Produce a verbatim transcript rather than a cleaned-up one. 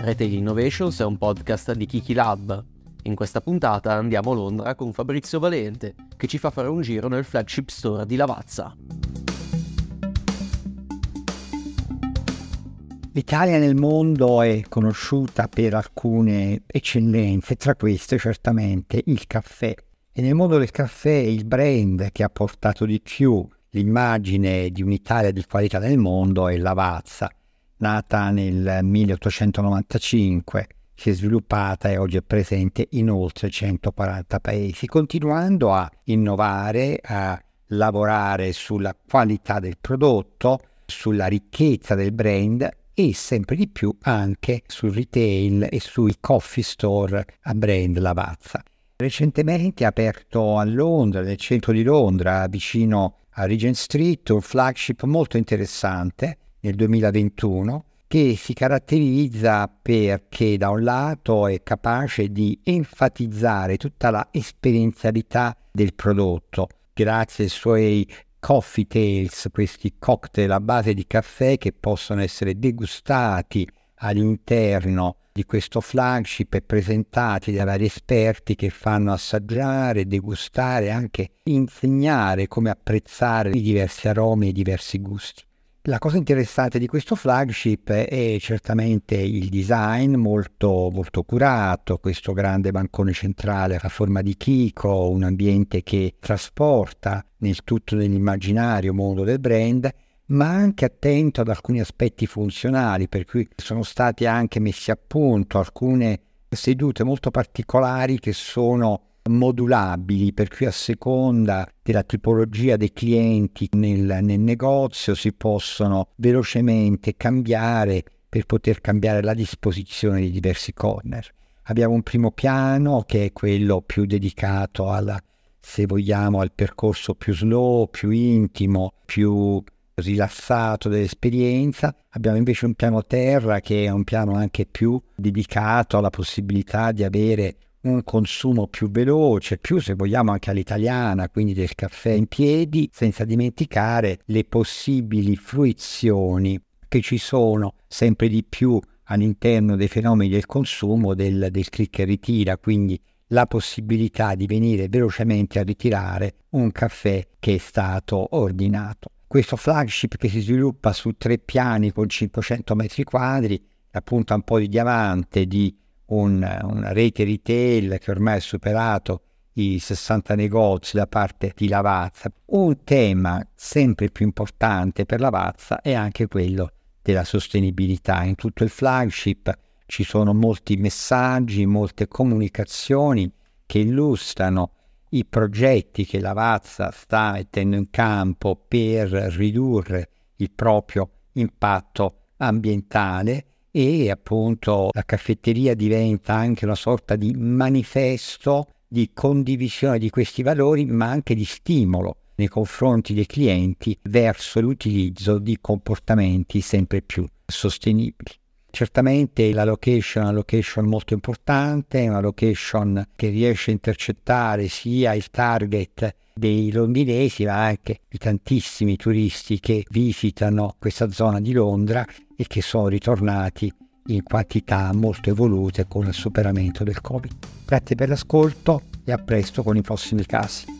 Retail Innovations è un podcast di Kiki Lab. In questa puntata andiamo a Londra con Fabrizio Valente, che ci fa fare un giro nel flagship store di Lavazza. L'Italia nel mondo è conosciuta per alcune eccellenze, tra queste certamente il caffè. E nel mondo del caffè il brand che ha portato di più l'immagine di un'Italia di qualità nel mondo è Lavazza, nata nel milleottocentonovantacinque, si è sviluppata e oggi è presente in oltre centoquaranta paesi, continuando a innovare, a lavorare sulla qualità del prodotto, sulla ricchezza del brand e sempre di più anche sul retail e sui coffee store a brand Lavazza. Recentemente ha aperto a Londra, nel centro di Londra, vicino a Regent Street, un flagship molto interessante nel duemilaventuno che si caratterizza perché da un lato è capace di enfatizzare tutta la esperienzialità del prodotto grazie ai suoi coffee tales, questi cocktail a base di caffè che possono essere degustati all'interno di questo flagship e presentati da vari esperti che fanno assaggiare, degustare, anche insegnare come apprezzare i diversi aromi e i diversi gusti. La cosa interessante di questo flagship è certamente il design molto, molto curato, questo grande bancone centrale a forma di chicco, un ambiente che trasporta nel tutto nell'immaginario mondo del brand, ma anche attento ad alcuni aspetti funzionali, per cui sono stati anche messi a punto alcune sedute molto particolari che sono modulabili, per cui a seconda della tipologia dei clienti nel, nel negozio si possono velocemente cambiare per poter cambiare la disposizione di diversi corner. Abbiamo un primo piano che è quello più dedicato alla, se vogliamo, al percorso più slow, più intimo, più rilassato dell'esperienza. Abbiamo invece un piano terra che è un piano anche più dedicato alla possibilità di avere un consumo più veloce, più se vogliamo anche all'italiana, quindi del caffè in piedi, senza dimenticare le possibili fruizioni che ci sono sempre di più all'interno dei fenomeni del consumo del, del click e ritira, quindi la possibilità di venire velocemente a ritirare un caffè che è stato ordinato. Questo flagship che si sviluppa su tre piani con cinquecento metri quadri, appunto un po' di diamante di un, una rete retail che ormai ha superato i sessanta negozi da parte di Lavazza. Un tema sempre più importante per Lavazza è anche quello della sostenibilità. In tutto il flagship ci sono molti messaggi, molte comunicazioni che illustrano i progetti che Lavazza sta mettendo in campo per ridurre il proprio impatto ambientale, e appunto la caffetteria diventa anche una sorta di manifesto di condivisione di questi valori, ma anche di stimolo nei confronti dei clienti verso l'utilizzo di comportamenti sempre più sostenibili. Certamente la location è una location molto importante, è una location che riesce a intercettare sia il target dei londinesi ma anche di tantissimi turisti che visitano questa zona di Londra e che sono ritornati in quantità molto evolute con il superamento del Covid. Grazie per l'ascolto e a presto con i prossimi casi.